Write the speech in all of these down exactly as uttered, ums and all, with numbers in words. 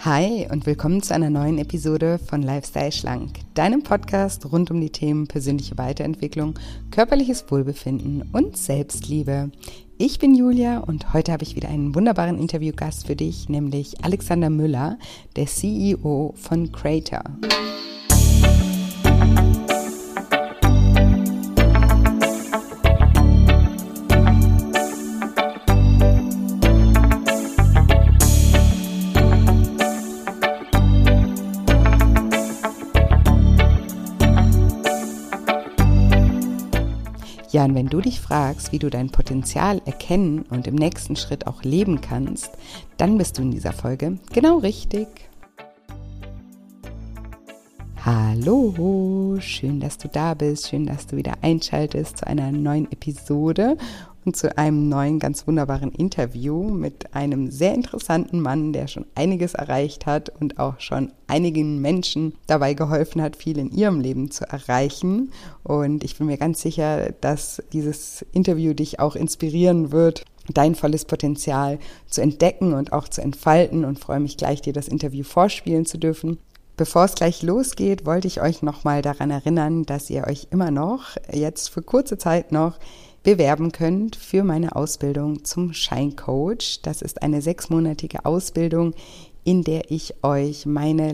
Hi und willkommen zu einer neuen Episode von Lifestyle Schlank, deinem Podcast rund um die Themen persönliche Weiterentwicklung, körperliches Wohlbefinden und Selbstliebe. Ich bin Julia und heute habe ich wieder einen wunderbaren Interviewgast für dich, nämlich Alexander Müller, der C E O von Crater. Ja, und wenn du dich fragst, wie du dein Potenzial erkennen und im nächsten Schritt auch leben kannst, dann bist du in dieser Folge genau richtig. Hallo, schön, dass du da bist, schön, dass du wieder einschaltest zu einer neuen Episode und zu einem neuen, ganz wunderbaren Interview mit einem sehr interessanten Mann, der schon einiges erreicht hat und auch schon einigen Menschen dabei geholfen hat, viel in ihrem Leben zu erreichen. Und ich bin mir ganz sicher, dass dieses Interview dich auch inspirieren wird, dein volles Potenzial zu entdecken und auch zu entfalten, und freue mich gleich, dir das Interview vorspielen zu dürfen. Bevor es gleich losgeht, wollte ich euch nochmal daran erinnern, dass ihr euch immer noch, jetzt für kurze Zeit noch, bewerben könnt für meine Ausbildung zum Scheincoach. Das ist eine sechsmonatige Ausbildung, in der ich euch meine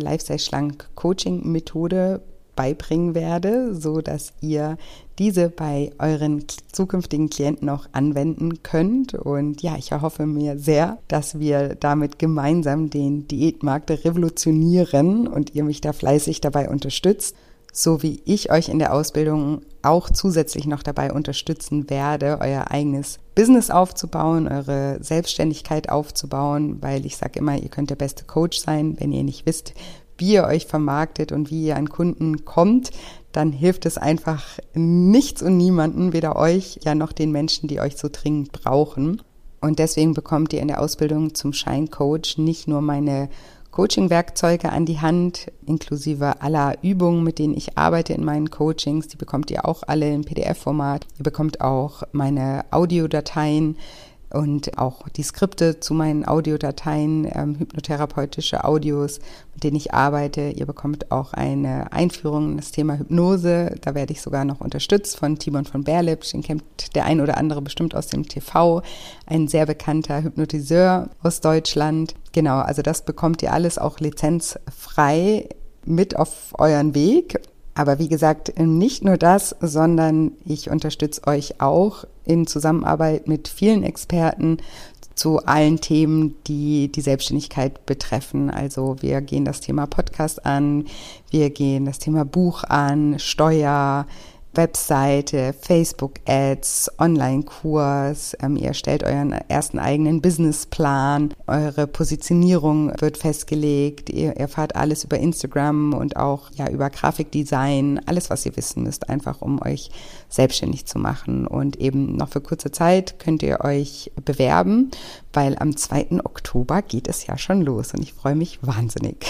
Lifestyle-Schlank-Coaching-Methode beibringen werde, so dass ihr diese bei euren zukünftigen Klienten auch anwenden könnt. Und ja, ich erhoffe mir sehr, dass wir damit gemeinsam den Diätmarkt revolutionieren und ihr mich da fleißig dabei unterstützt, so wie ich euch in der Ausbildung auch zusätzlich noch dabei unterstützen werde, euer eigenes Business aufzubauen, eure Selbstständigkeit aufzubauen, weil ich sage immer, ihr könnt der beste Coach sein, wenn ihr nicht wisst, wie ihr euch vermarktet und wie ihr an Kunden kommt, dann hilft es einfach nichts und niemanden, weder euch, ja noch den Menschen, die euch so dringend brauchen. Und deswegen bekommt ihr in der Ausbildung zum Scheincoach nicht nur meine Coaching-Werkzeuge an die Hand, inklusive aller Übungen, mit denen ich arbeite in meinen Coachings. Die bekommt ihr auch alle im P D F-Format. Ihr bekommt auch meine Audiodateien und auch die Skripte zu meinen Audiodateien, ähm, hypnotherapeutische Audios, mit denen ich arbeite. Ihr bekommt auch eine Einführung in das Thema Hypnose. Da werde ich sogar noch unterstützt von Timon von Berlipsch. Den kennt der ein oder andere bestimmt aus dem T V. Ein sehr bekannter Hypnotiseur aus Deutschland. Genau, also das bekommt ihr alles auch lizenzfrei mit auf euren Weg. Aber wie gesagt, nicht nur das, sondern ich unterstütze euch auch in Zusammenarbeit mit vielen Experten zu allen Themen, die die Selbstständigkeit betreffen. Also wir gehen das Thema Podcast an, wir gehen das Thema Buch an, Steuer, Webseite, Facebook-Ads, Online-Kurs, ähm, ihr erstellt euren ersten eigenen Businessplan, eure Positionierung wird festgelegt, ihr erfahrt alles über Instagram und auch ja über Grafikdesign, alles, was ihr wissen müsst, einfach um euch selbstständig zu machen. Und eben noch für kurze Zeit könnt ihr euch bewerben, weil am zweiten Oktober geht es ja schon los und ich freue mich wahnsinnig.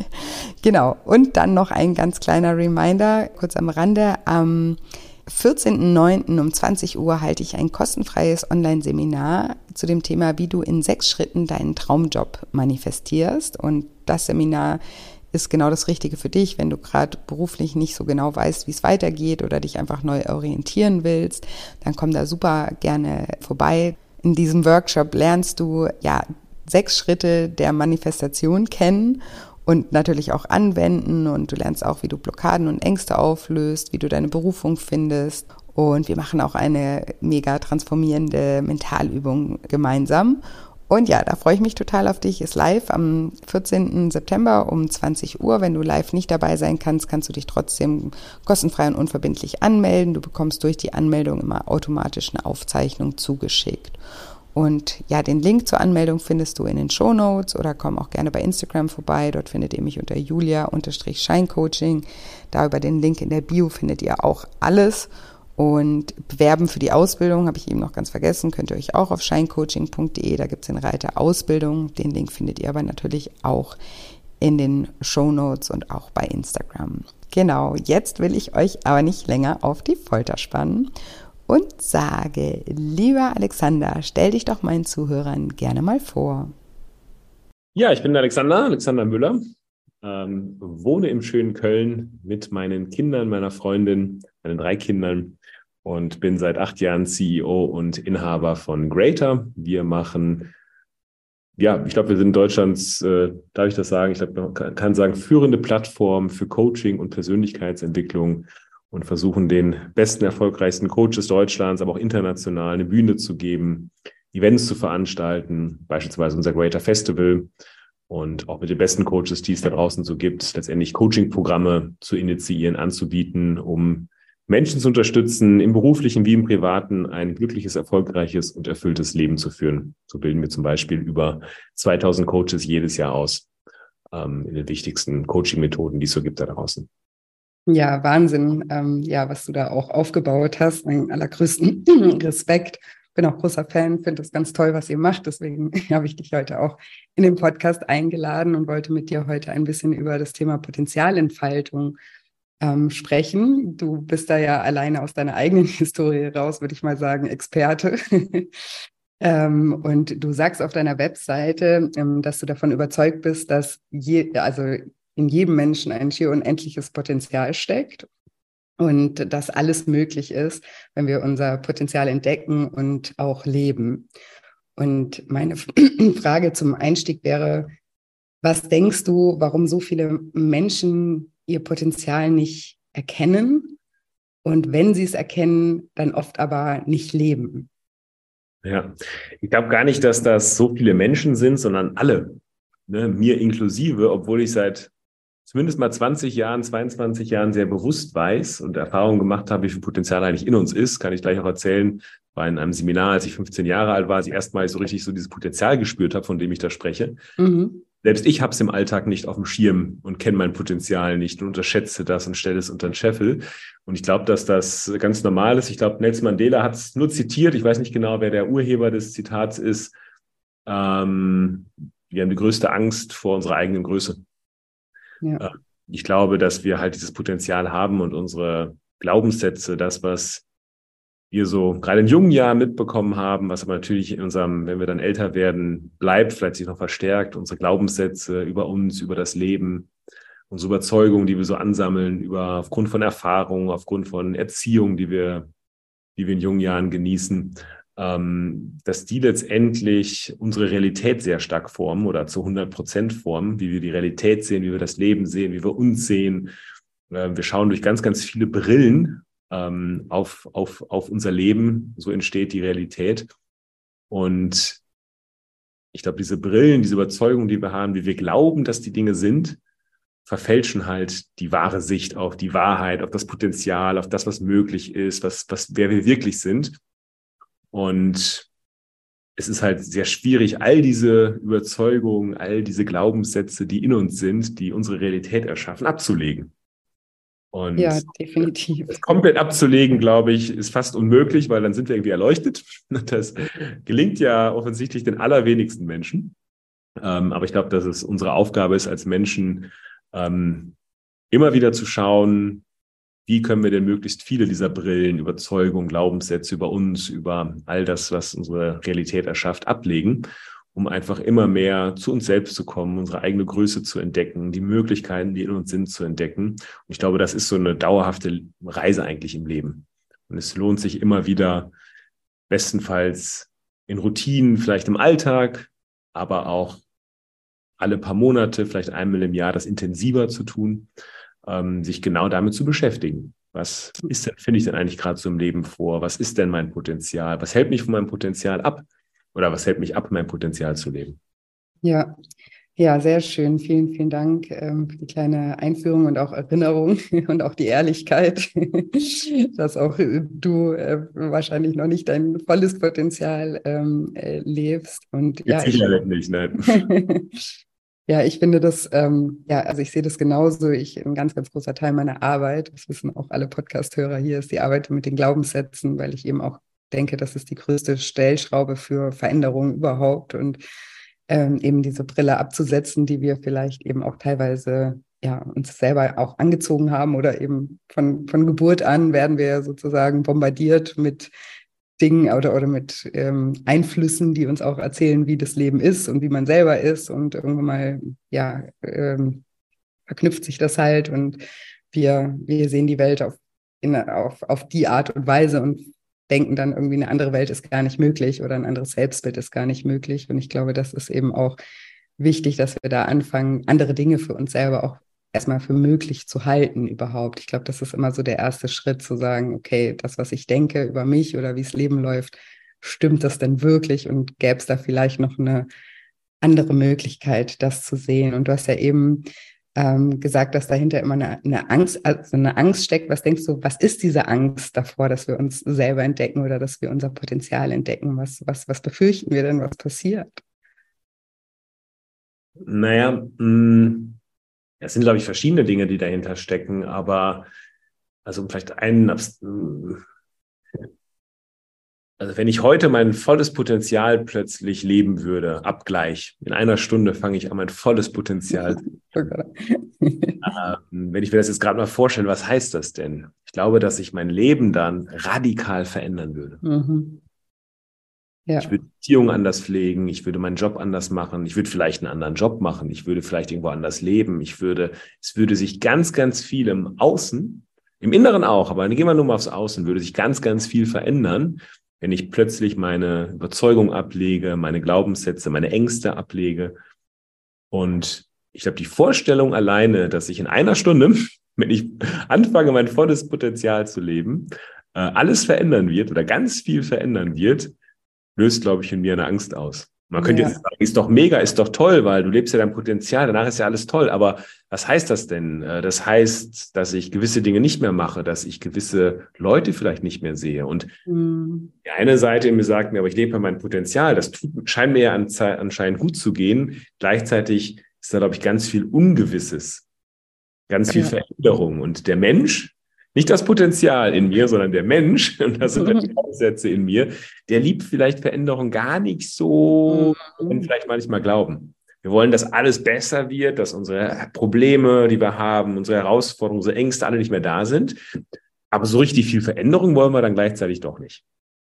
Genau, und dann noch ein ganz kleiner Reminder, kurz am Rande, am vierzehnten neunten um zwanzig Uhr halte ich ein kostenfreies Online-Seminar zu dem Thema, wie du in sechs Schritten deinen Traumjob manifestierst. Und das Seminar ist genau das Richtige für dich, wenn du gerade beruflich nicht so genau weißt, wie es weitergeht oder dich einfach neu orientieren willst, dann komm da super gerne vorbei. In diesem Workshop lernst du ja sechs Schritte der Manifestation kennen und natürlich auch anwenden, und du lernst auch, wie du Blockaden und Ängste auflöst, wie du deine Berufung findest, und wir machen auch eine mega transformierende Mentalübung gemeinsam. Und ja, da freue ich mich total auf dich. Ist live am vierzehnten September um zwanzig Uhr. Wenn du live nicht dabei sein kannst, kannst du dich trotzdem kostenfrei und unverbindlich anmelden. Du bekommst durch die Anmeldung immer automatisch eine Aufzeichnung zugeschickt. Und ja, den Link zur Anmeldung findest du in den Shownotes oder komm auch gerne bei Instagram vorbei. Dort findet ihr mich unter Julia-Scheincoaching. Da über den Link in der Bio findet ihr auch alles. Und bewerben für die Ausbildung, habe ich eben noch ganz vergessen, könnt ihr euch auch auf scheincoaching punkt de, da gibt es den Reiter Ausbildung. Den Link findet ihr aber natürlich auch in den Shownotes und auch bei Instagram. Genau, jetzt will ich euch aber nicht länger auf die Folter spannen und sage, lieber Alexander, stell dich doch meinen Zuhörern gerne mal vor. Ja, ich bin Alexander, Alexander Müller, ähm, wohne im schönen Köln mit meinen Kindern, meiner Freundin, meinen drei Kindern und bin seit acht Jahren C E O und Inhaber von Greater. Wir machen, ja, ich glaube, wir sind Deutschlands, äh, darf ich das sagen? Ich glaube, man kann, kann sagen, führende Plattform für Coaching und Persönlichkeitsentwicklung und versuchen den besten, erfolgreichsten Coaches Deutschlands, aber auch international eine Bühne zu geben, Events zu veranstalten, beispielsweise unser Greater Festival und auch mit den besten Coaches, die es da draußen so gibt, letztendlich Coaching-Programme zu initiieren, anzubieten, um Menschen zu unterstützen, im beruflichen wie im privaten ein glückliches, erfolgreiches und erfülltes Leben zu führen. So bilden wir zum Beispiel über zweitausend Coaches jedes Jahr aus, ähm, in den wichtigsten Coaching-Methoden, die es so gibt da draußen. Ja, Wahnsinn, ähm, ja, was du da auch aufgebaut hast. Meinen allergrößten Respekt. Bin auch großer Fan, finde es ganz toll, was ihr macht. Deswegen habe ich dich heute auch in den Podcast eingeladen und wollte mit dir heute ein bisschen über das Thema Potenzialentfaltung ähm, sprechen. Du bist da ja alleine aus deiner eigenen Historie raus, würde ich mal sagen, Experte. ähm, und du sagst auf deiner Webseite, ähm, dass du davon überzeugt bist, dass je, also in jedem Menschen ein schier unendliches Potenzial steckt und dass alles möglich ist, wenn wir unser Potenzial entdecken und auch leben. Und meine Frage zum Einstieg wäre, was denkst du, warum so viele Menschen ihr Potenzial nicht erkennen und wenn sie es erkennen, dann oft aber nicht leben? Ja, ich glaube gar nicht, dass das so viele Menschen sind, sondern alle, ne, mir inklusive, obwohl ich seit zumindest mal zwanzig Jahren, zweiundzwanzig Jahren sehr bewusst weiß und Erfahrungen gemacht habe, wie viel Potenzial eigentlich in uns ist, kann ich gleich auch erzählen. War in einem Seminar, als ich fünfzehn Jahre alt war, als ich erstmal so richtig so dieses Potenzial gespürt habe, von dem ich da spreche. Mhm. Selbst ich habe es im Alltag nicht auf dem Schirm und kenne mein Potenzial nicht und unterschätze das und stelle es unter den Scheffel. Und ich glaube, dass das ganz normal ist. Ich glaube, Nelson Mandela hat es nur zitiert. Ich weiß nicht genau, wer der Urheber des Zitats ist. Ähm, wir haben die größte Angst vor unserer eigenen Größe. Ja. Ich glaube, dass wir halt dieses Potenzial haben und unsere Glaubenssätze, das, was wir so gerade in jungen Jahren mitbekommen haben, was aber natürlich in unserem, wenn wir dann älter werden, bleibt, vielleicht sich noch verstärkt, unsere Glaubenssätze über uns, über das Leben, unsere Überzeugungen, die wir so ansammeln, über aufgrund von Erfahrungen, aufgrund von Erziehung, die wir, die wir in jungen Jahren genießen, ähm, dass die letztendlich unsere Realität sehr stark formen oder zu hundert Prozent formen, wie wir die Realität sehen, wie wir das Leben sehen, wie wir uns sehen. Äh, wir schauen durch ganz, ganz viele Brillen ähm, auf, auf, auf unser Leben. So entsteht die Realität. Und ich glaube, diese Brillen, diese Überzeugungen, die wir haben, wie wir glauben, dass die Dinge sind, verfälschen halt die wahre Sicht auf die Wahrheit, auf das Potenzial, auf das, was möglich ist, was, was, wer wir wirklich sind. Und es ist halt sehr schwierig, all diese Überzeugungen, all diese Glaubenssätze, die in uns sind, die unsere Realität erschaffen, abzulegen. Ja, Und definitiv. das komplett abzulegen, glaube ich, ist fast unmöglich, weil dann sind wir irgendwie erleuchtet. Das gelingt ja offensichtlich den allerwenigsten Menschen. Ähm, aber ich glaube, dass es unsere Aufgabe ist, als Menschen ähm, immer wieder zu schauen, wie können wir denn möglichst viele dieser Brillen, Überzeugungen, Glaubenssätze über uns, über all das, was unsere Realität erschafft, ablegen, um einfach immer mehr zu uns selbst zu kommen, unsere eigene Größe zu entdecken, die Möglichkeiten, die in uns sind, zu entdecken. Und ich glaube, das ist so eine dauerhafte Reise eigentlich im Leben. Und es lohnt sich immer wieder, bestenfalls in Routinen, vielleicht im Alltag, aber auch alle paar Monate, vielleicht einmal im Jahr, das intensiver zu tun, ähm, sich genau damit zu beschäftigen. Was ist denn, finde ich denn eigentlich gerade so im Leben vor? Was ist denn mein Potenzial? Was hält mich von meinem Potenzial ab? Oder was hält mich ab, mein Potenzial zu leben? Ja, ja, sehr schön. Vielen, vielen Dank ähm, für die kleine Einführung und auch Erinnerung und auch die Ehrlichkeit, dass auch du äh, wahrscheinlich noch nicht dein volles Potenzial ähm, äh, lebst. Und Mit ja, ich Sicherheit nicht, nein. ja, ich finde das, ähm, ja, also ich sehe das genauso. Ich, ein ganz, ganz großer Teil meiner Arbeit, das wissen auch alle Podcast-Hörer hier, ist die Arbeit mit den Glaubenssätzen, weil ich eben auch denke, das ist die größte Stellschraube für Veränderungen überhaupt und ähm, eben diese Brille abzusetzen, die wir vielleicht eben auch teilweise ja, uns selber auch angezogen haben oder eben von, von Geburt an werden wir sozusagen bombardiert mit Dingen oder, oder mit ähm, Einflüssen, die uns auch erzählen, wie das Leben ist und wie man selber ist. Und irgendwann mal, ja, ähm, verknüpft sich das halt und wir, wir sehen die Welt auf, in, auf, auf die Art und Weise und denken dann irgendwie, eine andere Welt ist gar nicht möglich oder ein anderes Selbstbild ist gar nicht möglich. Und ich glaube, das ist eben auch wichtig, dass wir da anfangen, andere Dinge für uns selber auch erstmal für möglich zu halten überhaupt. Ich glaube, das ist immer so der erste Schritt, zu sagen, okay, das, was ich denke über mich oder wie das Leben läuft, stimmt das denn wirklich und gäbe es da vielleicht noch eine andere Möglichkeit, das zu sehen? Und du hast ja eben ähm, gesagt, dass dahinter immer eine, eine Angst, also eine Angst steckt. Was denkst du, was ist diese Angst davor, dass wir uns selber entdecken oder dass wir unser Potenzial entdecken? Was, was, was befürchten wir denn, was passiert? Naja, mh, es sind, glaube ich, verschiedene Dinge, die dahinter stecken, aber also um vielleicht einen, also wenn ich heute mein volles Potenzial plötzlich leben würde, Abgleich, in einer Stunde fange ich an, mein volles Potenzial. ähm, wenn ich mir das jetzt gerade mal vorstelle, was heißt das denn? Ich glaube, dass sich mein Leben dann radikal verändern würde. Mhm. Ja. Ich würde Beziehungen anders pflegen, ich würde meinen Job anders machen, ich würde vielleicht einen anderen Job machen, ich würde vielleicht irgendwo anders leben, ich würde, es würde sich ganz, ganz viel im Außen, im Inneren auch, aber dann gehen wir nur mal aufs Außen, würde sich ganz, ganz viel verändern, wenn ich plötzlich meine Überzeugung ablege, meine Glaubenssätze, meine Ängste ablege. Und ich glaube, die Vorstellung alleine, dass ich in einer Stunde, wenn ich anfange, mein volles Potenzial zu leben, alles verändern wird oder ganz viel verändern wird, löst, glaube ich, in mir eine Angst aus. Man könnte Ja. jetzt sagen, ist doch mega, ist doch toll, weil du lebst ja dein Potenzial, danach ist ja alles toll. Aber was heißt das denn? Das heißt, dass ich gewisse Dinge nicht mehr mache, dass ich gewisse Leute vielleicht nicht mehr sehe. Und Mhm. die eine Seite in mir sagt mir, aber ich lebe ja mein Potenzial. Das tut, scheint mir ja anscheinend gut zu gehen. Gleichzeitig ist da, glaube ich, ganz viel Ungewisses, ganz viel Ja. Veränderung. Und der Mensch, nicht das Potenzial in mir, sondern der Mensch, und das sind die Glaubenssätze in mir, der liebt vielleicht Veränderung gar nicht so, wie wir vielleicht manchmal glauben. Wir wollen, dass alles besser wird, dass unsere Probleme, die wir haben, unsere Herausforderungen, unsere Ängste alle nicht mehr da sind. Aber so richtig viel Veränderung wollen wir dann gleichzeitig doch nicht.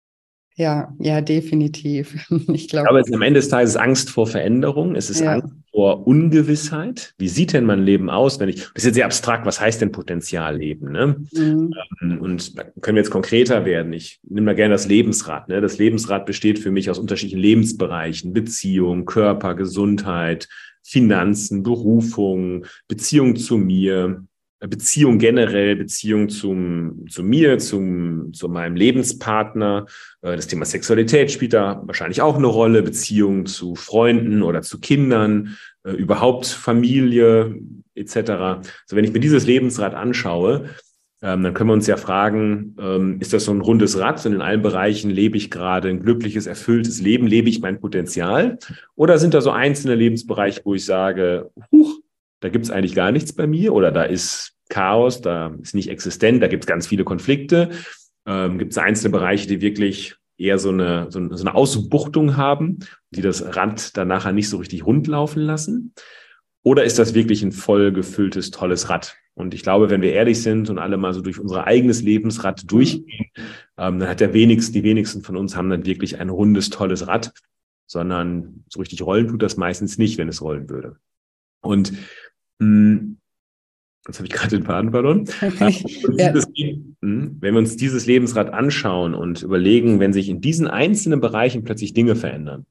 Ja, ja, definitiv. Ich glaube, Aber es ist am Ende des Tages Angst vor Veränderung, es ist ja. Angst vor Ungewissheit. Wie sieht denn mein Leben aus, wenn ich, das ist jetzt sehr abstrakt, was heißt denn Potenzialleben, ne? Mhm. Und da können wir jetzt konkreter werden. Ich nehme da gerne das Lebensrad, ne? Das Lebensrad besteht für mich aus unterschiedlichen Lebensbereichen: Beziehung, Körper, Gesundheit, Finanzen, Berufung, Beziehung zu mir, Beziehung generell, Beziehung zum, zu mir, zum, zu meinem Lebenspartner. Das Thema Sexualität spielt da wahrscheinlich auch eine Rolle, Beziehung zu Freunden oder zu Kindern, überhaupt Familie et cetera. Also wenn ich mir dieses Lebensrad anschaue, dann können wir uns ja fragen, ist das so ein rundes Rad und in allen Bereichen lebe ich gerade ein glückliches, erfülltes Leben, lebe ich mein Potenzial? Oder sind da so einzelne Lebensbereiche, wo ich sage, huch, da gibt es eigentlich gar nichts bei mir oder da ist Chaos, da ist nicht existent, da gibt es ganz viele Konflikte. Ähm, gibt es einzelne Bereiche, die wirklich eher so eine, so eine, so eine Ausbuchtung haben, die das Rad dann nachher nicht so richtig rund laufen lassen? Oder ist das wirklich ein voll gefülltes, tolles Rad? Und ich glaube, wenn wir ehrlich sind und alle mal so durch unser eigenes Lebensrad durchgehen, ähm, dann hat der wenigsten, die wenigsten von uns haben dann wirklich ein rundes, tolles Rad, sondern so richtig rollen tut das meistens nicht, wenn es rollen würde. Und mh, jetzt habe ich gerade den Faden verloren. Ja. Dieses, wenn wir uns dieses Lebensrad anschauen und überlegen, wenn sich in diesen einzelnen Bereichen plötzlich Dinge verändern,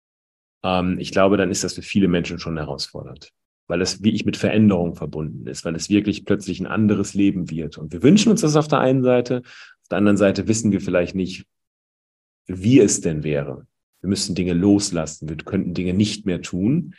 ähm, ich glaube, dann ist das für viele Menschen schon herausfordernd, weil es wie ich mit Veränderung verbunden ist, weil es wirklich plötzlich ein anderes Leben wird. Und wir wünschen uns das auf der einen Seite, auf der anderen Seite wissen wir vielleicht nicht, wie es denn wäre. Wir müssten Dinge loslassen, wir könnten Dinge nicht mehr tun,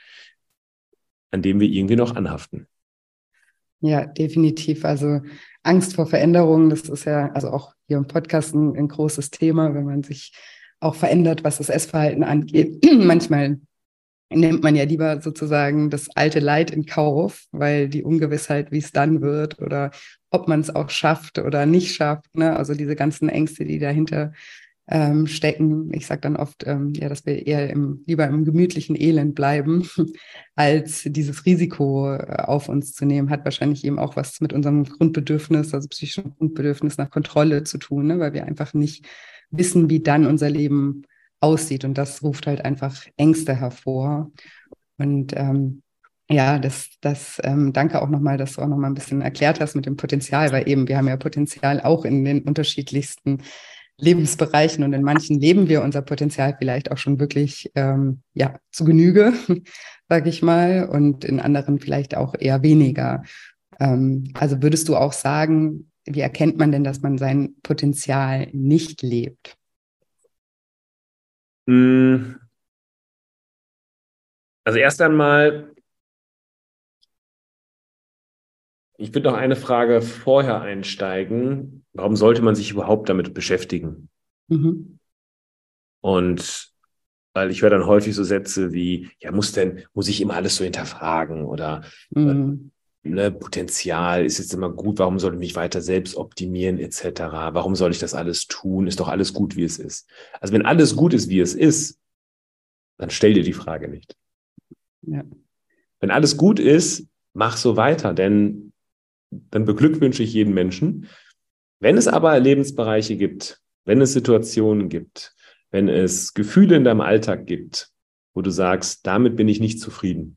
an denen wir irgendwie noch anhaften. Ja, definitiv. Also Angst vor Veränderung, das ist ja also auch hier im Podcast ein, ein großes Thema, wenn man sich auch verändert, was das Essverhalten angeht. Manchmal nimmt man ja lieber sozusagen das alte Leid in Kauf, weil die Ungewissheit, wie es dann wird oder ob man es auch schafft oder nicht schafft, ne? Also diese ganzen Ängste, die dahinter ähm, stecken. Ich sage dann oft, ähm, ja, dass wir eher im, lieber im gemütlichen Elend bleiben, als dieses Risiko äh, auf uns zu nehmen. Hat wahrscheinlich eben auch was mit unserem Grundbedürfnis, also psychischen Grundbedürfnis nach Kontrolle zu tun, ne? Weil wir einfach nicht wissen, wie dann unser Leben aussieht. Und das ruft halt einfach Ängste hervor. Und ähm, ja, das, das ähm, danke auch nochmal, dass du auch nochmal ein bisschen erklärt hast mit dem Potenzial, weil eben wir haben ja Potenzial auch in den unterschiedlichsten Lebensbereichen und in manchen leben wir unser Potenzial vielleicht auch schon wirklich ähm, ja, zu Genüge, sage ich mal, und in anderen vielleicht auch eher weniger. Ähm, also würdest du auch sagen, wie erkennt man denn, dass man sein Potenzial nicht lebt? Also erst einmal, ich würde noch eine Frage vorher einsteigen. Warum sollte man sich überhaupt damit beschäftigen? Mhm. Und weil ich höre dann häufig so Sätze wie, ja, muss denn, muss ich immer alles so hinterfragen oder äh, Mhm. ne, Potenzial ist jetzt immer gut, warum soll ich mich weiter selbst optimieren et cetera. Warum soll ich das alles tun? Ist doch alles gut, wie es ist. Also wenn alles gut ist, wie es ist, dann stell dir die Frage nicht. Ja. Wenn alles gut ist, mach so weiter, denn dann beglückwünsche ich jeden Menschen. Wenn es aber Lebensbereiche gibt, wenn es Situationen gibt, wenn es Gefühle in deinem Alltag gibt, wo du sagst, damit bin ich nicht zufrieden.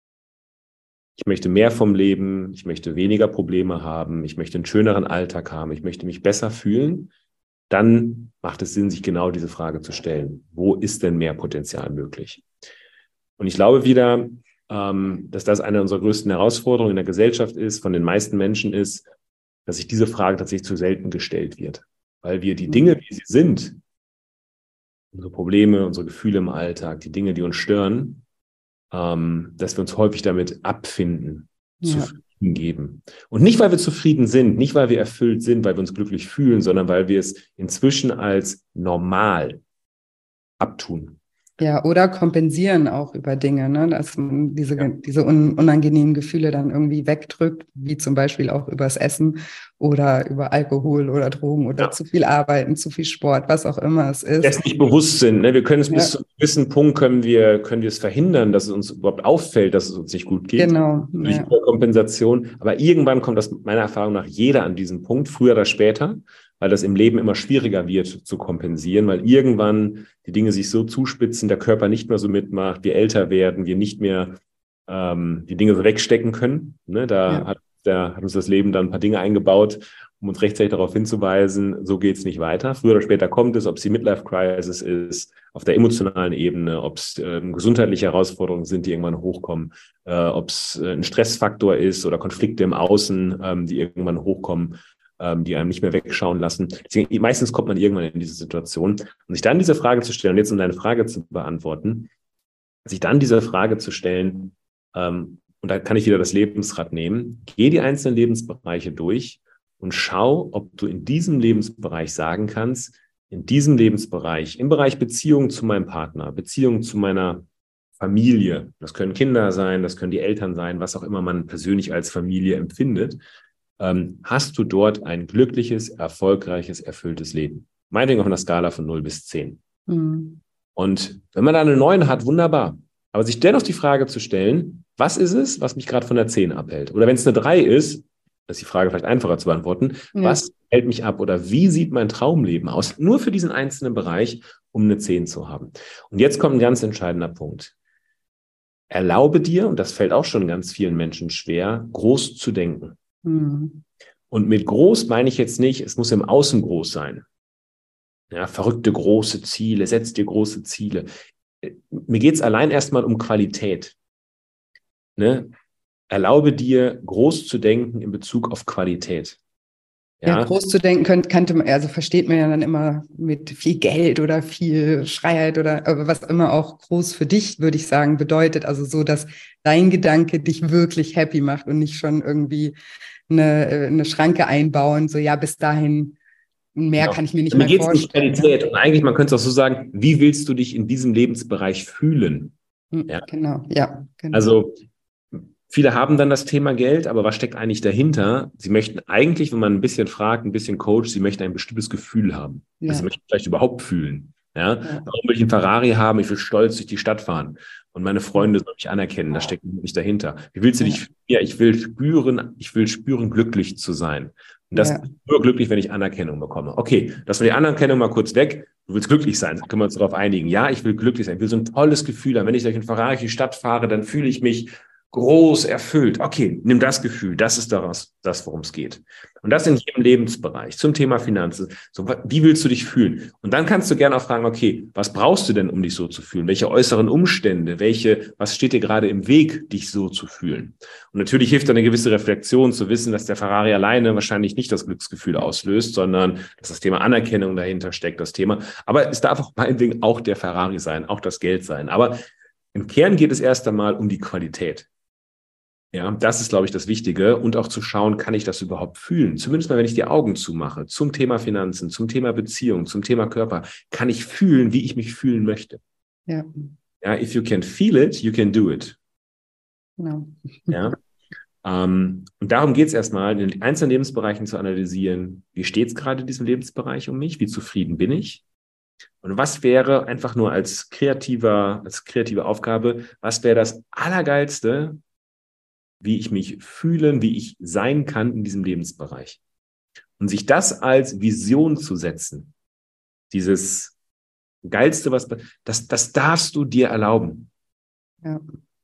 Ich möchte mehr vom Leben, ich möchte weniger Probleme haben, ich möchte einen schöneren Alltag haben, ich möchte mich besser fühlen, dann macht es Sinn, sich genau diese Frage zu stellen. Wo ist denn mehr Potenzial möglich? Und ich glaube wieder, dass das eine unserer größten Herausforderungen in der Gesellschaft ist, von den meisten Menschen ist, dass sich diese Frage tatsächlich zu selten gestellt wird. Weil wir die Dinge, wie sie sind, unsere Probleme, unsere Gefühle im Alltag, die Dinge, die uns stören, ähm, dass wir uns häufig damit abfinden, Ja. zufrieden geben. Und nicht, weil wir zufrieden sind, nicht, weil wir erfüllt sind, weil wir uns glücklich fühlen, sondern weil wir es inzwischen als normal abtun. Ja, oder kompensieren auch über Dinge, ne? Dass man diese, Ja. diese un unangenehmen Gefühle dann irgendwie wegdrückt, wie zum Beispiel auch übers Essen oder über Alkohol oder Drogen oder Ja. zu viel Arbeiten, zu viel Sport, was auch immer es ist. Dessen nicht bewusst sind. Ne? Wir können es Ja. bis zu einem gewissen Punkt können wir, können wir es verhindern, dass es uns überhaupt auffällt, dass es uns nicht gut geht. Genau. Durch Ja. Kompensation. Aber irgendwann kommt das meiner Erfahrung nach jeder an diesen Punkt, früher oder später, weil das im Leben immer schwieriger wird zu kompensieren, weil irgendwann die Dinge sich so zuspitzen, der Körper nicht mehr so mitmacht, wir älter werden, wir nicht mehr ähm, die Dinge so wegstecken können. Ne? Da, Ja. hat, da hat uns das Leben dann ein paar Dinge eingebaut, um uns rechtzeitig darauf hinzuweisen, so geht es nicht weiter. Früher oder später kommt es, ob es die Midlife-Crisis ist, auf der emotionalen Ebene, ob es ähm, gesundheitliche Herausforderungen sind, die irgendwann hochkommen, äh, ob es äh, ein Stressfaktor ist oder Konflikte im Außen, ähm, die irgendwann hochkommen, ähm, die einem nicht mehr wegschauen lassen. Deswegen, meistens kommt man irgendwann in diese Situation. Und sich dann diese Frage zu stellen, und jetzt um deine Frage zu beantworten, sich dann diese Frage zu stellen, ähm, und da kann ich wieder das Lebensrad nehmen, geh die einzelnen Lebensbereiche durch und schau, ob du in diesem Lebensbereich sagen kannst, in diesem Lebensbereich, im Bereich Beziehung zu meinem Partner, Beziehung zu meiner Familie, das können Kinder sein, das können die Eltern sein, was auch immer man persönlich als Familie empfindet, ähm, hast du dort ein glückliches, erfolgreiches, erfülltes Leben. Meinetwegen auf einer Skala von null bis zehn. Mhm. Und wenn man da eine neun hat, wunderbar. Aber sich dennoch die Frage zu stellen, was ist es, was mich gerade von der zehn abhält? Oder wenn es eine drei ist, das ist die Frage vielleicht einfacher zu beantworten, Ja. was hält mich ab oder wie sieht mein Traumleben aus? Nur für diesen einzelnen Bereich, um eine zehn zu haben. Und jetzt kommt ein ganz entscheidender Punkt. Erlaube dir, und das fällt auch schon ganz vielen Menschen schwer, groß zu denken. Mhm. Und mit groß meine ich jetzt nicht, es muss im Außen groß sein. Ja, verrückte große Ziele, setz dir große Ziele. Mir geht es allein erstmal um Qualität. Ne? Erlaube dir, groß zu denken in Bezug auf Qualität. Ja, Ja, groß zu denken könnte, kannte man, also versteht man ja dann immer mit viel Geld oder viel Freiheit oder aber was immer auch groß für dich, würde ich sagen, bedeutet. Also so, dass dein Gedanke dich wirklich happy macht und nicht schon irgendwie eine, eine Schranke einbauen, so ja, bis dahin mehr genau. kann ich mir nicht Mir mal geht es um vorstellen. Qualität. Ne? Und eigentlich, man könnte es auch so sagen, wie willst du dich in diesem Lebensbereich fühlen? Hm, Ja? genau, ja, genau. Also viele haben dann das Thema Geld, aber was steckt eigentlich dahinter? Sie möchten eigentlich, wenn man ein bisschen fragt, ein bisschen coacht, sie möchten ein bestimmtes Gefühl haben. Also Ja. sie möchten vielleicht überhaupt fühlen. Ja? Ja. Warum will ich einen Ferrari haben? Ich will stolz durch die Stadt fahren. Und meine Freunde sollen mich anerkennen. Das steckt nicht dahinter. Wie willst du dich? Ja, ich will spüren, ich will spüren, glücklich zu sein. Und das Ja. ist nur glücklich, wenn ich Anerkennung bekomme. Okay, lass mal die Anerkennung mal kurz weg. Du willst glücklich sein, können wir uns darauf einigen. Ja, ich will glücklich sein. Ich will so ein tolles Gefühl haben. Wenn ich durch einen Ferrari durch die Stadt fahre, dann fühle ich mich groß erfüllt. Okay, nimm das Gefühl. Das ist daraus, das, worum es geht. Und das in jedem Lebensbereich. Zum Thema Finanzen. So, wie willst du dich fühlen? Und dann kannst du gerne auch fragen, okay, was brauchst du denn, um dich so zu fühlen? Welche äußeren Umstände? Welche, was steht dir gerade im Weg, dich so zu fühlen? Und natürlich hilft eine gewisse Reflexion zu wissen, dass der Ferrari alleine wahrscheinlich nicht das Glücksgefühl auslöst, sondern dass das Thema Anerkennung dahinter steckt, das Thema. Aber es darf auch meinetwegen auch der Ferrari sein, auch das Geld sein. Aber im Kern geht es erst einmal um die Qualität. Ja, das ist, glaube ich, das Wichtige. Und auch zu schauen, kann ich das überhaupt fühlen? Zumindest mal, wenn ich die Augen zumache, zum Thema Finanzen, zum Thema Beziehung, zum Thema Körper, kann ich fühlen, wie ich mich fühlen möchte. Ja. Ja, if you can feel it, you can do it. Genau. Ja. Ähm, und darum geht es erstmal, in den einzelnen Lebensbereichen zu analysieren, wie steht es gerade in diesem Lebensbereich um mich? Wie zufrieden bin ich? Und was wäre einfach nur als kreativer, als kreative Aufgabe, was wäre das Allergeilste, wie ich mich fühlen, wie ich sein kann in diesem Lebensbereich. Und sich das als Vision zu setzen, dieses Geilste, was, das, das darfst du dir erlauben. Ja.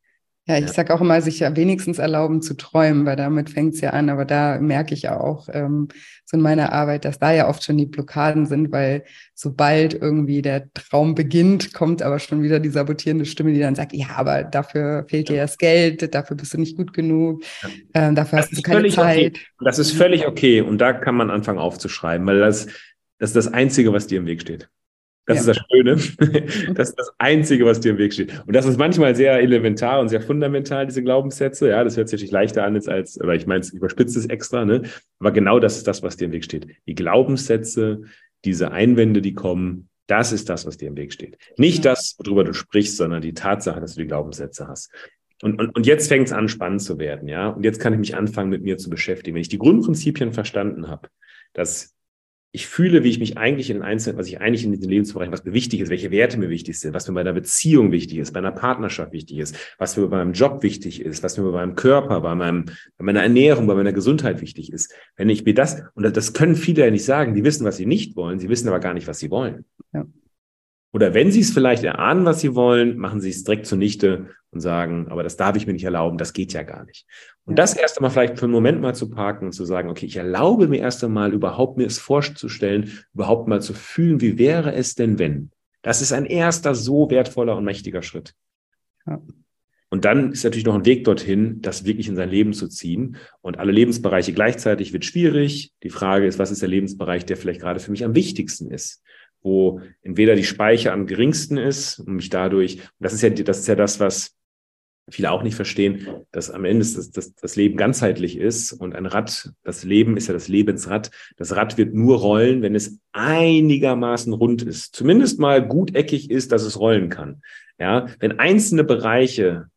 Ja, ich sage auch immer, sich ja wenigstens erlauben zu träumen, weil damit fängt es ja an. Aber da merke ich auch ähm, so in meiner Arbeit, dass da ja oft schon die Blockaden sind, weil sobald irgendwie der Traum beginnt, kommt aber schon wieder die sabotierende Stimme, die dann sagt, ja, aber dafür fehlt dir das Geld, dafür bist du nicht gut genug, Ja. ähm, dafür Das hast du ist keine völlig Zeit. Okay. Das ist völlig okay. Und da kann man anfangen aufzuschreiben, weil das, das ist das Einzige, was dir im Weg steht. Das Ja. ist das Schöne. Das ist das Einzige, was dir im Weg steht. Und das ist manchmal sehr elementar und sehr fundamental, diese Glaubenssätze. Ja, das hört sich natürlich leichter an jetzt als, oder ich meine, es überspitzt es extra, ne? Aber genau das ist das, was dir im Weg steht. Die Glaubenssätze, diese Einwände, die kommen, das ist das, was dir im Weg steht. Nicht Ja. das, worüber du sprichst, sondern die Tatsache, dass du die Glaubenssätze hast. Und, und, und jetzt fängt es an, spannend zu werden, ja. Und jetzt kann ich mich anfangen, mit mir zu beschäftigen. Wenn ich die Grundprinzipien verstanden habe, dass ich fühle, wie ich mich eigentlich in den Einzelnen, was ich eigentlich in den Lebensbereichen, was mir wichtig ist, welche Werte mir wichtig sind, was mir bei einer Beziehung wichtig ist, bei einer Partnerschaft wichtig ist, was mir bei meinem Job wichtig ist, was mir bei meinem Körper, bei meinem, bei meiner Ernährung, bei meiner Gesundheit wichtig ist. Wenn ich mir das, und das können viele ja nicht sagen, die wissen, was sie nicht wollen, sie wissen aber gar nicht, was sie wollen. Ja. Oder wenn sie es vielleicht erahnen, was sie wollen, machen sie es direkt zunichte und sagen, aber das darf ich mir nicht erlauben, das geht ja gar nicht. Und Ja. das erst einmal vielleicht für einen Moment mal zu parken und zu sagen, okay, ich erlaube mir erst einmal überhaupt mir es vorzustellen, überhaupt mal zu fühlen, wie wäre es denn, wenn? Das ist ein erster so wertvoller und mächtiger Schritt. Ja. Und dann ist natürlich noch ein Weg dorthin, das wirklich in sein Leben zu ziehen. Und alle Lebensbereiche gleichzeitig wird schwierig. Die Frage ist, was ist der Lebensbereich, der vielleicht gerade für mich am wichtigsten ist? Wo entweder die Speicher am geringsten ist und mich dadurch, und das ist ja, das ist ja das, was viele auch nicht verstehen, dass am Ende das, das, das Leben ganzheitlich ist und ein Rad, das Leben ist ja das Lebensrad. Das Rad wird nur rollen, wenn es einigermaßen rund ist. Zumindest mal guteckig ist, dass es rollen kann. Ja, wenn einzelne Bereiche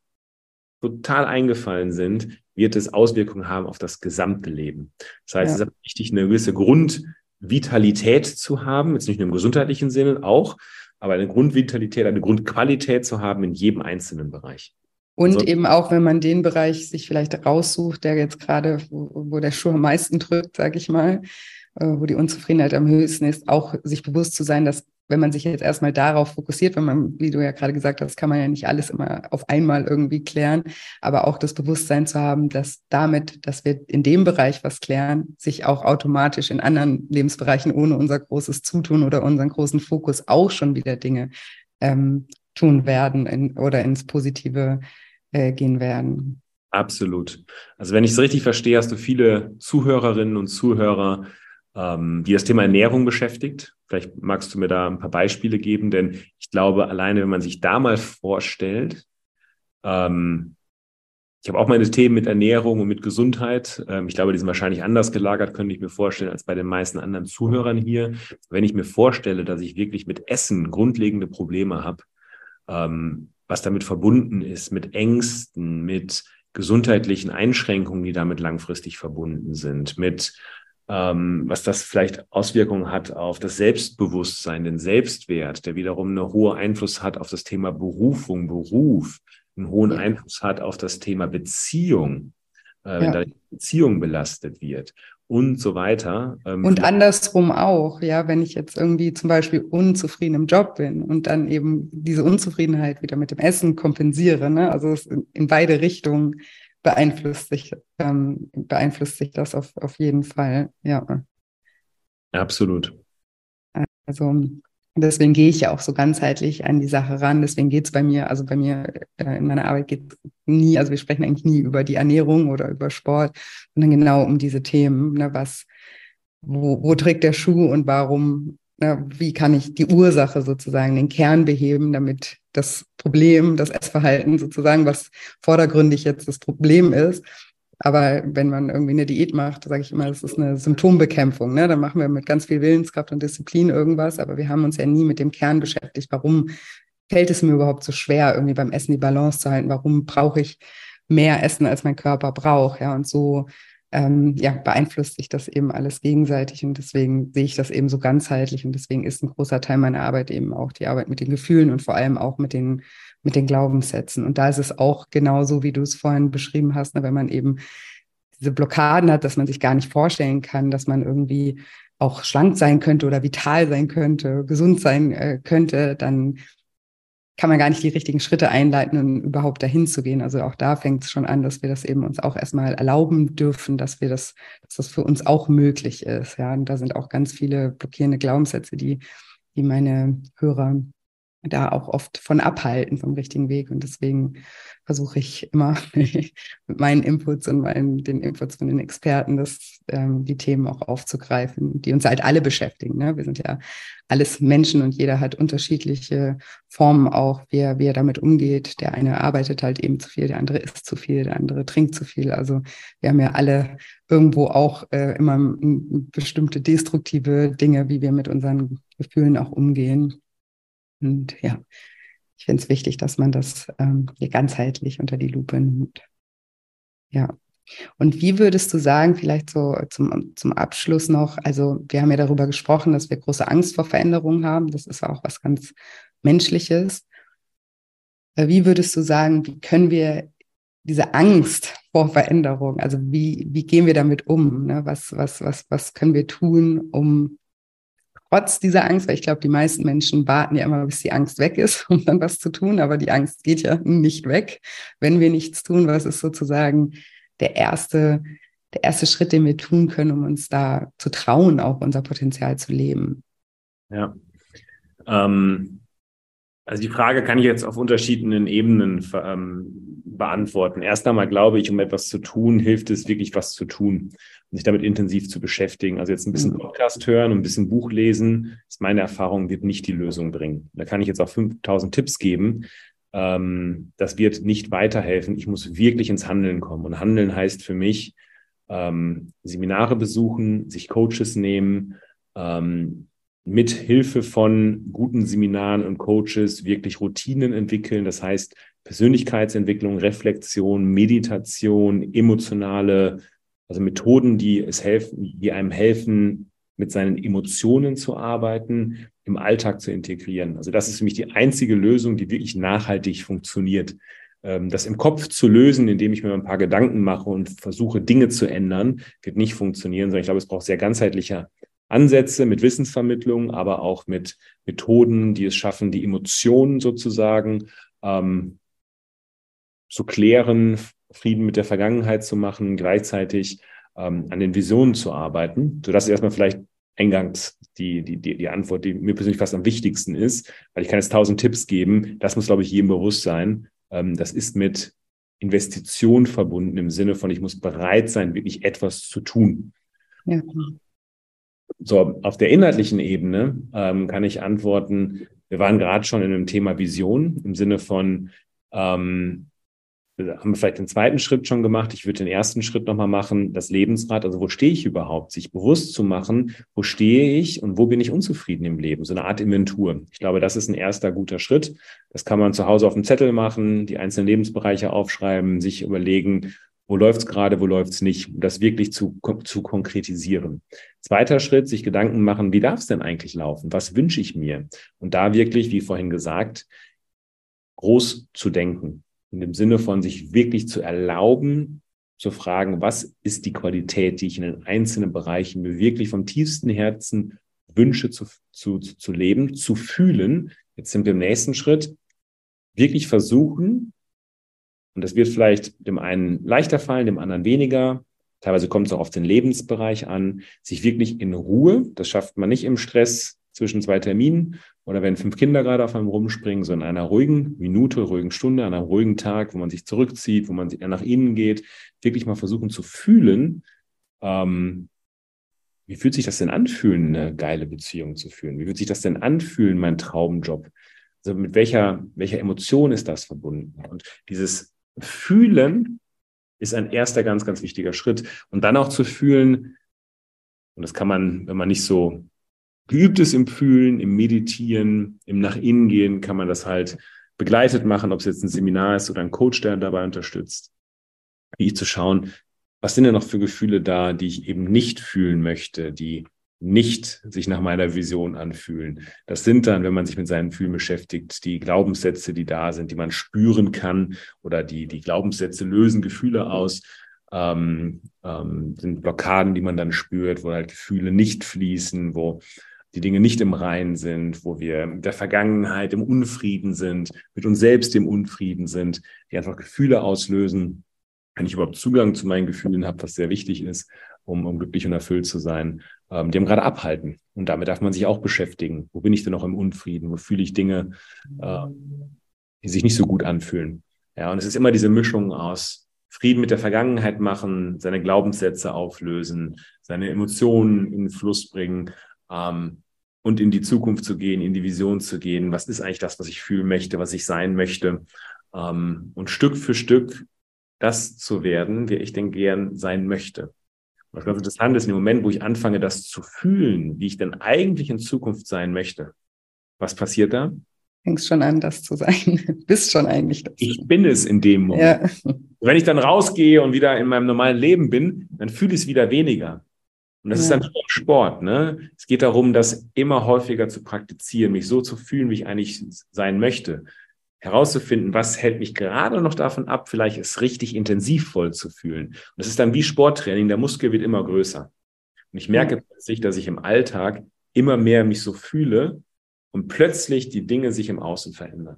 total eingefallen sind, wird es Auswirkungen haben auf das gesamte Leben. Das heißt, ja. Es ist wichtig, eine gewisse Grundvitalität zu haben, jetzt nicht nur im gesundheitlichen Sinne auch, aber eine Grundvitalität, eine Grundqualität zu haben in jedem einzelnen Bereich. Und also, eben auch, wenn man den Bereich sich vielleicht raussucht, der jetzt gerade, wo, wo der Schuh am meisten drückt, sage ich mal, wo die Unzufriedenheit am höchsten ist, auch sich bewusst zu sein, dass wenn man sich jetzt erstmal darauf fokussiert, wenn man, wie du ja gerade gesagt hast, kann man ja nicht alles immer auf einmal irgendwie klären, aber auch das Bewusstsein zu haben, dass damit, dass wir in dem Bereich was klären, sich auch automatisch in anderen Lebensbereichen ohne unser großes Zutun oder unseren großen Fokus auch schon wieder Dinge ähm, tun werden in, oder ins Positive äh, gehen werden. Absolut. Also wenn ich es richtig verstehe, hast du viele Zuhörerinnen und Zuhörer, ähm, die das Thema Ernährung beschäftigt. Vielleicht magst du mir da ein paar Beispiele geben, denn ich glaube, alleine wenn man sich da mal vorstellt, ähm, ich habe auch meine Themen mit Ernährung und mit Gesundheit. Ähm, ich glaube, die sind wahrscheinlich anders gelagert, könnte ich mir vorstellen, als bei den meisten anderen Zuhörern hier. Wenn ich mir vorstelle, dass ich wirklich mit Essen grundlegende Probleme habe, ähm, was damit verbunden ist, mit Ängsten, mit gesundheitlichen Einschränkungen, die damit langfristig verbunden sind, mit ähm, was das vielleicht Auswirkungen hat auf das Selbstbewusstsein, den Selbstwert, der wiederum einen hohen Einfluss hat auf das Thema Berufung, Beruf, einen hohen Ja. Einfluss hat auf das Thema Beziehung, äh, wenn Ja. da die Beziehung belastet wird und so weiter. Ähm, Und andersrum auch, ja, wenn ich jetzt irgendwie zum Beispiel unzufrieden im Job bin und dann eben diese Unzufriedenheit wieder mit dem Essen kompensiere, ne? Also es in, in beide Richtungen beeinflusst sich, ähm, beeinflusst sich das auf, auf jeden Fall, ja. Absolut. Also deswegen gehe ich ja auch so ganzheitlich an die Sache ran. Deswegen geht es bei mir, also bei mir äh, in meiner Arbeit geht es nie, also wir sprechen eigentlich nie über die Ernährung oder über Sport, sondern genau um diese Themen, ne, was, wo, wo trägt der Schuh und warum, ne, wie kann ich die Ursache sozusagen, den Kern beheben, damit das Problem, das Essverhalten sozusagen, was vordergründig jetzt das Problem ist. Aber wenn man irgendwie eine Diät macht, sage ich immer, das ist eine Symptombekämpfung. Ne? Dann machen wir mit ganz viel Willenskraft und Disziplin irgendwas, aber wir haben uns ja nie mit dem Kern beschäftigt. Warum fällt es mir überhaupt so schwer, irgendwie beim Essen die Balance zu halten? Warum brauche ich mehr Essen, als mein Körper braucht? Ja, und so ähm, ja, beeinflusst sich das eben alles gegenseitig. Und deswegen sehe ich das eben so ganzheitlich. Und deswegen ist ein großer Teil meiner Arbeit eben auch die Arbeit mit den Gefühlen und vor allem auch mit den mit den Glaubenssätzen. Und da ist es auch genauso, wie du es vorhin beschrieben hast, ne, wenn man eben diese Blockaden hat, dass man sich gar nicht vorstellen kann, dass man irgendwie auch schlank sein könnte oder vital sein könnte, gesund sein äh, könnte, dann kann man gar nicht die richtigen Schritte einleiten, um überhaupt dahin zu gehen. Also auch da fängt es schon an, dass wir das eben uns auch erstmal erlauben dürfen, dass wir das, dass das für uns auch möglich ist. Ja, und da sind auch ganz viele blockierende Glaubenssätze, die, die meine Hörer da auch oft von abhalten vom richtigen Weg. Und deswegen versuche ich immer mit meinen Inputs und meinen, den Inputs von den Experten, das, ähm, die Themen auch aufzugreifen, die uns halt alle beschäftigen. Ne? Wir sind ja alles Menschen und jeder hat unterschiedliche Formen auch, wie er, wie er damit umgeht. Der eine arbeitet halt eben zu viel, der andere isst zu viel, der andere trinkt zu viel. Also wir haben ja alle irgendwo auch äh, immer m- bestimmte destruktive Dinge, wie wir mit unseren Gefühlen auch umgehen. Und ja, ich finde es wichtig, dass man das ähm, hier ganzheitlich unter die Lupe nimmt. Ja. Und wie würdest du sagen, vielleicht so zum, zum Abschluss noch, also wir haben ja darüber gesprochen, dass wir große Angst vor Veränderungen haben. Das ist auch was ganz Menschliches. Wie würdest du sagen, wie können wir diese Angst vor Veränderung, also wie, wie gehen wir damit um? Ne? Was, was, was, was können wir tun, um trotz dieser Angst, weil ich glaube, die meisten Menschen warten ja immer, bis die Angst weg ist, um dann was zu tun, aber die Angst geht ja nicht weg, wenn wir nichts tun. Was ist sozusagen der erste, der erste Schritt, den wir tun können, um uns da zu trauen, auch unser Potenzial zu leben? Ja. Ähm, also die Frage kann ich jetzt auf unterschiedlichen Ebenen ähm, beantworten. Erst einmal glaube ich, um etwas zu tun, hilft es wirklich, was zu tun und sich damit intensiv zu beschäftigen. Also jetzt ein bisschen Podcast hören und ein bisschen Buch lesen, ist meine Erfahrung, wird nicht die Lösung bringen. Da kann ich jetzt auch fünftausend Tipps geben. Ähm, das wird nicht weiterhelfen. Ich muss wirklich ins Handeln kommen. Und Handeln heißt für mich, ähm, Seminare besuchen, sich Coaches nehmen, ähm, mit Hilfe von guten Seminaren und Coaches wirklich Routinen entwickeln. Das heißt Persönlichkeitsentwicklung, Reflexion, Meditation, emotionale, also Methoden, die es helfen, die einem helfen, mit seinen Emotionen zu arbeiten, im Alltag zu integrieren. Also das ist für mich die einzige Lösung, die wirklich nachhaltig funktioniert. Das im Kopf zu lösen, indem ich mir ein paar Gedanken mache und versuche, Dinge zu ändern, wird nicht funktionieren, sondern ich glaube, es braucht sehr ganzheitliche Ansätze mit Wissensvermittlung, aber auch mit Methoden, die es schaffen, die Emotionen sozusagen ähm, zu klären, Frieden mit der Vergangenheit zu machen, gleichzeitig ähm, an den Visionen zu arbeiten. So, das ist erstmal vielleicht eingangs die, die, die, die Antwort, die mir persönlich fast am wichtigsten ist, weil ich kann jetzt tausend Tipps geben. Das muss, glaube ich, jedem bewusst sein. Ähm, das ist mit Investition verbunden im Sinne von, ich muss bereit sein, wirklich etwas zu tun. Ja. So, auf der inhaltlichen Ebene ähm, kann ich antworten, wir waren gerade schon in einem Thema Vision, im Sinne von, ähm, wir haben vielleicht den zweiten Schritt schon gemacht, ich würde den ersten Schritt nochmal machen, das Lebensrad, also wo stehe ich überhaupt, sich bewusst zu machen, wo stehe ich und wo bin ich unzufrieden im Leben, so eine Art Inventur. Ich glaube, das ist ein erster guter Schritt, das kann man zu Hause auf dem Zettel machen, die einzelnen Lebensbereiche aufschreiben, sich überlegen, Wo läuft es gerade, wo läuft es nicht? Um das wirklich zu, zu konkretisieren. Zweiter Schritt, sich Gedanken machen, wie darf es denn eigentlich laufen? Was wünsche ich mir? Und da wirklich, wie vorhin gesagt, groß zu denken. In dem Sinne von sich wirklich zu erlauben, zu fragen, was ist die Qualität, die ich in den einzelnen Bereichen mir wirklich vom tiefsten Herzen wünsche zu, zu, zu leben, zu fühlen. Jetzt sind wir im nächsten Schritt. Wirklich versuchen, und das wird vielleicht dem einen leichter fallen, dem anderen weniger. Teilweise kommt es auch auf den Lebensbereich an, sich wirklich in Ruhe, das schafft man nicht im Stress zwischen zwei Terminen oder wenn fünf Kinder gerade auf einem rumspringen, sondern in einer ruhigen Minute, ruhigen Stunde, an einem ruhigen Tag, wo man sich zurückzieht, wo man nach innen geht, wirklich mal versuchen zu fühlen, ähm, wie fühlt sich das denn anfühlen, eine geile Beziehung zu führen? Wie fühlt sich das denn anfühlen, mein Traumjob? Also mit welcher, welcher Emotion ist das verbunden? Und dieses Fühlen ist ein erster ganz, ganz wichtiger Schritt. Und dann auch zu fühlen, und das kann man, wenn man nicht so geübt ist im Fühlen, im Meditieren, im Nach innen gehen, kann man das halt begleitet machen, ob es jetzt ein Seminar ist oder ein Coach, der dabei unterstützt. Wie zu schauen, was sind denn noch für Gefühle da, die ich eben nicht fühlen möchte, die nicht sich nach meiner Vision anfühlen. Das sind dann, wenn man sich mit seinen Gefühlen beschäftigt, die Glaubenssätze, die da sind, die man spüren kann, oder die, die Glaubenssätze lösen Gefühle aus, ähm, ähm, sind Blockaden, die man dann spürt, wo halt Gefühle nicht fließen, wo die Dinge nicht im Reinen sind, wo wir mit der Vergangenheit im Unfrieden sind, mit uns selbst im Unfrieden sind, die einfach Gefühle auslösen. Wenn ich überhaupt Zugang zu meinen Gefühlen habe, was sehr wichtig ist, um, um glücklich und erfüllt zu sein, ähm, die haben gerade abhalten. Und damit darf man sich auch beschäftigen. Wo bin ich denn noch im Unfrieden? Wo fühle ich Dinge, äh, die sich nicht so gut anfühlen? Ja, und es ist immer diese Mischung aus Frieden mit der Vergangenheit machen, seine Glaubenssätze auflösen, seine Emotionen in den Fluss bringen, ähm, und in die Zukunft zu gehen, in die Vision zu gehen. Was ist eigentlich das, was ich fühlen möchte, was ich sein möchte? Ähm, und Stück für Stück das zu werden, wie ich denn gern sein möchte. Was ganz interessant ist, in dem Moment, wo ich anfange, das zu fühlen, wie ich denn eigentlich in Zukunft sein möchte, was passiert da? Fängst schon an, das zu sein. Bist schon eigentlich das. Ich bin es in dem Moment. Ja. Wenn ich dann rausgehe und wieder in meinem normalen Leben bin, dann fühle ich es wieder weniger. Und das ja. ist dann Sport, ne? Es geht darum, das immer häufiger zu praktizieren, mich so zu fühlen, wie ich eigentlich sein möchte. Herauszufinden, was hält mich gerade noch davon ab, vielleicht es richtig intensiv voll zu fühlen. Und das ist dann wie Sporttraining, der Muskel wird immer größer. Und ich merke ja. plötzlich, dass ich im Alltag immer mehr mich so fühle und plötzlich die Dinge sich im Außen verändern.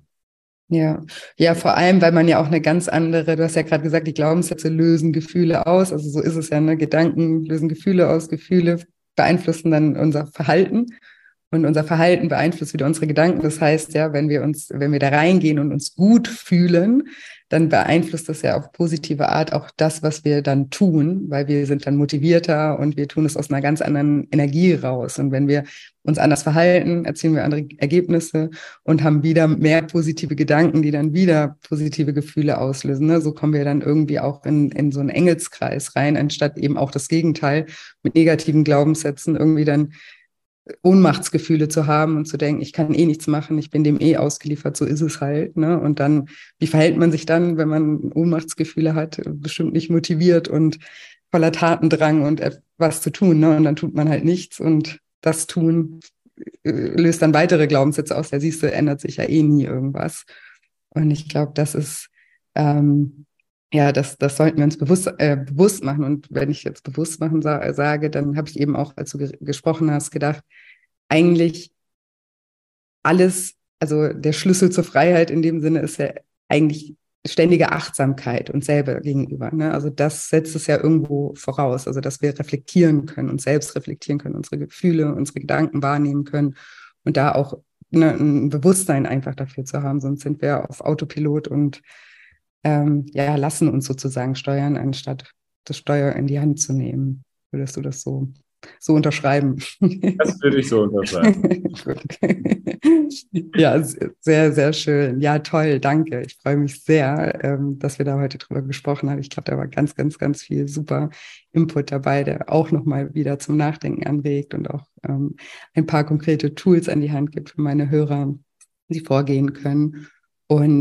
Ja, ja, vor allem, weil man ja auch eine ganz andere, du hast ja gerade gesagt, die Glaubenssätze lösen Gefühle aus, also so ist es ja, ne? Gedanken lösen Gefühle aus, Gefühle beeinflussen dann unser Verhalten. Und unser Verhalten beeinflusst wieder unsere Gedanken. Das heißt ja, wenn wir uns, wenn wir da reingehen und uns gut fühlen, dann beeinflusst das ja auf positive Art auch das, was wir dann tun, weil wir sind dann motivierter und wir tun es aus einer ganz anderen Energie raus. Und wenn wir uns anders verhalten, erzielen wir andere Ergebnisse und haben wieder mehr positive Gedanken, die dann wieder positive Gefühle auslösen. Ne? So kommen wir dann irgendwie auch in, in so einen Engelskreis rein, anstatt eben auch das Gegenteil mit negativen Glaubenssätzen irgendwie dann Ohnmachtsgefühle zu haben und zu denken, ich kann eh nichts machen, ich bin dem eh ausgeliefert, so ist es halt. Ne? Und dann, wie verhält man sich dann, wenn man Ohnmachtsgefühle hat, bestimmt nicht motiviert und voller Tatendrang und etwas zu tun. Ne? Und dann tut man halt nichts und das Tun löst dann weitere Glaubenssätze aus. Ja, siehst du, ändert sich ja eh nie irgendwas. Und ich glaube, das ist ähm, ja, das, das sollten wir uns bewusst, äh, bewusst machen. Und wenn ich jetzt bewusst machen sa- sage, dann habe ich eben auch, als du ge- gesprochen hast, gedacht, eigentlich alles, also der Schlüssel zur Freiheit in dem Sinne ist ja eigentlich ständige Achtsamkeit uns selber gegenüber. Ne? Also das setzt es ja irgendwo voraus, also dass wir reflektieren können, uns selbst reflektieren können, unsere Gefühle, unsere Gedanken wahrnehmen können und da auch, ne, ein Bewusstsein einfach dafür zu haben, sonst sind wir auf Autopilot und Ähm, ja, lassen uns sozusagen steuern, anstatt das Steuer in die Hand zu nehmen. Würdest du das so, so unterschreiben? Das würde ich so unterschreiben. Ja, sehr, sehr schön. Ja, toll, danke. Ich freue mich sehr, ähm, dass wir da heute drüber gesprochen haben. Ich glaube, da war ganz, ganz, ganz viel super Input dabei, der auch nochmal wieder zum Nachdenken anregt und auch ähm, ein paar konkrete Tools an die Hand gibt für meine Hörer, die vorgehen können. Und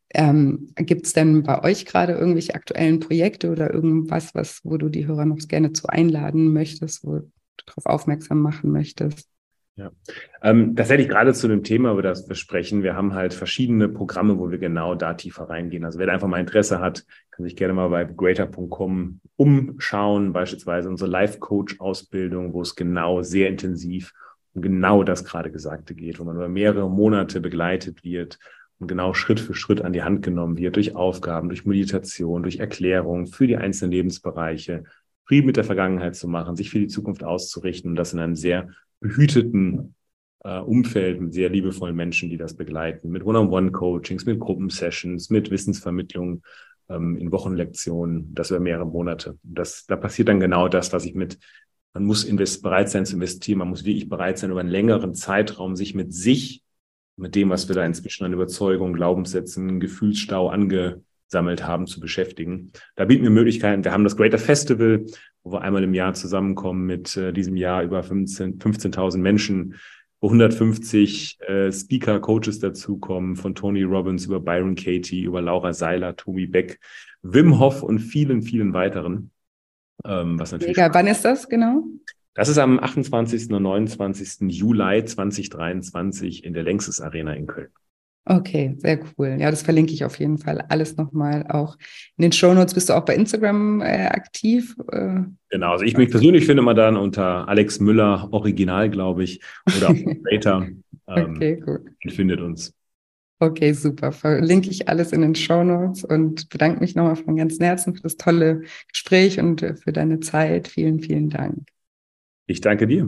Ähm, gibt es denn bei euch gerade irgendwelche aktuellen Projekte oder irgendwas, was, wo du die Hörer noch gerne zu einladen möchtest, wo du darauf aufmerksam machen möchtest? Ja, ähm, tatsächlich gerade zu dem Thema, über das wir sprechen. Wir haben halt verschiedene Programme, wo wir genau da tiefer reingehen. Also wer da einfach mal Interesse hat, kann sich gerne mal bei greater punkt com umschauen, beispielsweise unsere Life-Coach-Ausbildung, wo es genau sehr intensiv um genau das gerade Gesagte geht, wo man über mehrere Monate begleitet wird und genau Schritt für Schritt an die Hand genommen wird durch Aufgaben, durch Meditation, durch Erklärung für die einzelnen Lebensbereiche, Frieden mit der Vergangenheit zu machen, sich für die Zukunft auszurichten und das in einem sehr behüteten äh, Umfeld mit sehr liebevollen Menschen, die das begleiten, mit One-on-One-Coachings, mit Gruppensessions, mit Wissensvermittlung ähm, in Wochenlektionen, das über mehrere Monate. Das, da passiert dann genau das, was ich mit, man muss invest, bereit sein zu investieren, man muss wirklich bereit sein, über einen längeren Zeitraum sich mit sich, mit dem, was wir da inzwischen an Überzeugung, Glaubenssätzen, Gefühlsstau angesammelt haben, zu beschäftigen. Da bieten wir Möglichkeiten. Wir haben das Greater Festival, wo wir einmal im Jahr zusammenkommen mit äh, diesem Jahr über fünfzehntausend Menschen, wo hundertfünfzig äh, Speaker, Coaches dazukommen, von Tony Robbins über Byron Katie, über Laura Seiler, Tobi Beck, Wim Hof und vielen, vielen weiteren. Ähm, was natürlich Mega. Wann ist das genau? Das ist am achtundzwanzigsten und neunundzwanzigsten Juli zweitausenddreiundzwanzig in der Längstes Arena in Köln. Okay, sehr cool. Ja, das verlinke ich auf jeden Fall alles nochmal auch in den Shownotes. Bist du auch bei Instagram äh, aktiv? Äh, genau, also ich mich persönlich finde man dann unter Alex Müller Original, glaube ich, oder Creator. ähm, okay, gut. Findet uns. Okay, super. Verlinke ich alles in den Shownotes und bedanke mich nochmal von ganzem Herzen für das tolle Gespräch und für deine Zeit. Vielen, vielen Dank. Ich danke dir.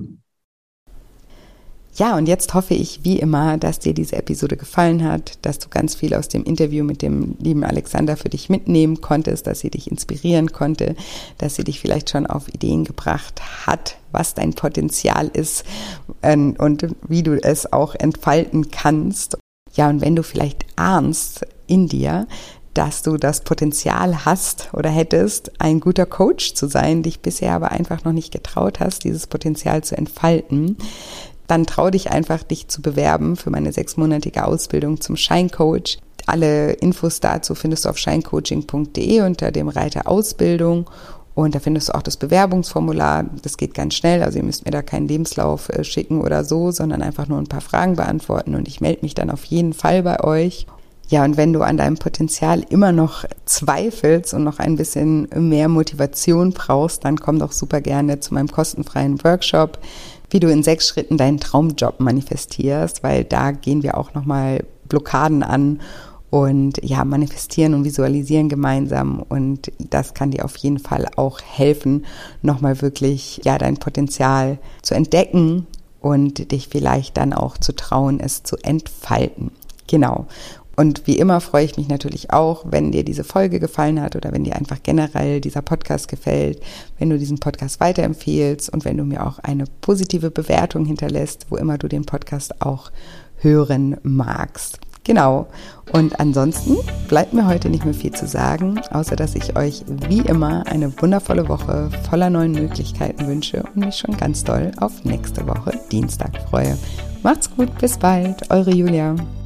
Ja, und jetzt hoffe ich wie immer, dass dir diese Episode gefallen hat, dass du ganz viel aus dem Interview mit dem lieben Alexander für dich mitnehmen konntest, dass sie dich inspirieren konnte, dass sie dich vielleicht schon auf Ideen gebracht hat, was dein Potenzial ist und wie du es auch entfalten kannst. Ja, und wenn du vielleicht ahnst in dir, dass du das Potenzial hast oder hättest, ein guter Coach zu sein, dich bisher aber einfach noch nicht getraut hast, dieses Potenzial zu entfalten, dann trau dich einfach, dich zu bewerben für meine sechsmonatige Ausbildung zum Scheincoach. Alle Infos dazu findest du auf scheincoaching punkt de unter dem Reiter Ausbildung. Und da findest du auch das Bewerbungsformular. Das geht ganz schnell. Also ihr müsst mir da keinen Lebenslauf äh, schicken oder so, sondern einfach nur ein paar Fragen beantworten. Und ich melde mich dann auf jeden Fall bei euch. Ja, und wenn du an deinem Potenzial immer noch zweifelst und noch ein bisschen mehr Motivation brauchst, dann komm doch super gerne zu meinem kostenfreien Workshop, wie du in sechs Schritten deinen Traumjob manifestierst, weil da gehen wir auch nochmal Blockaden an und ja, manifestieren und visualisieren gemeinsam und das kann dir auf jeden Fall auch helfen, nochmal wirklich ja dein Potenzial zu entdecken und dich vielleicht dann auch zu trauen, es zu entfalten. Genau. Und wie immer freue ich mich natürlich auch, wenn dir diese Folge gefallen hat oder wenn dir einfach generell dieser Podcast gefällt, wenn du diesen Podcast weiterempfehlst und wenn du mir auch eine positive Bewertung hinterlässt, wo immer du den Podcast auch hören magst. Genau. Und ansonsten bleibt mir heute nicht mehr viel zu sagen, außer dass ich euch wie immer eine wundervolle Woche voller neuen Möglichkeiten wünsche und mich schon ganz doll auf nächste Woche Dienstag freue. Macht's gut, bis bald, eure Julia.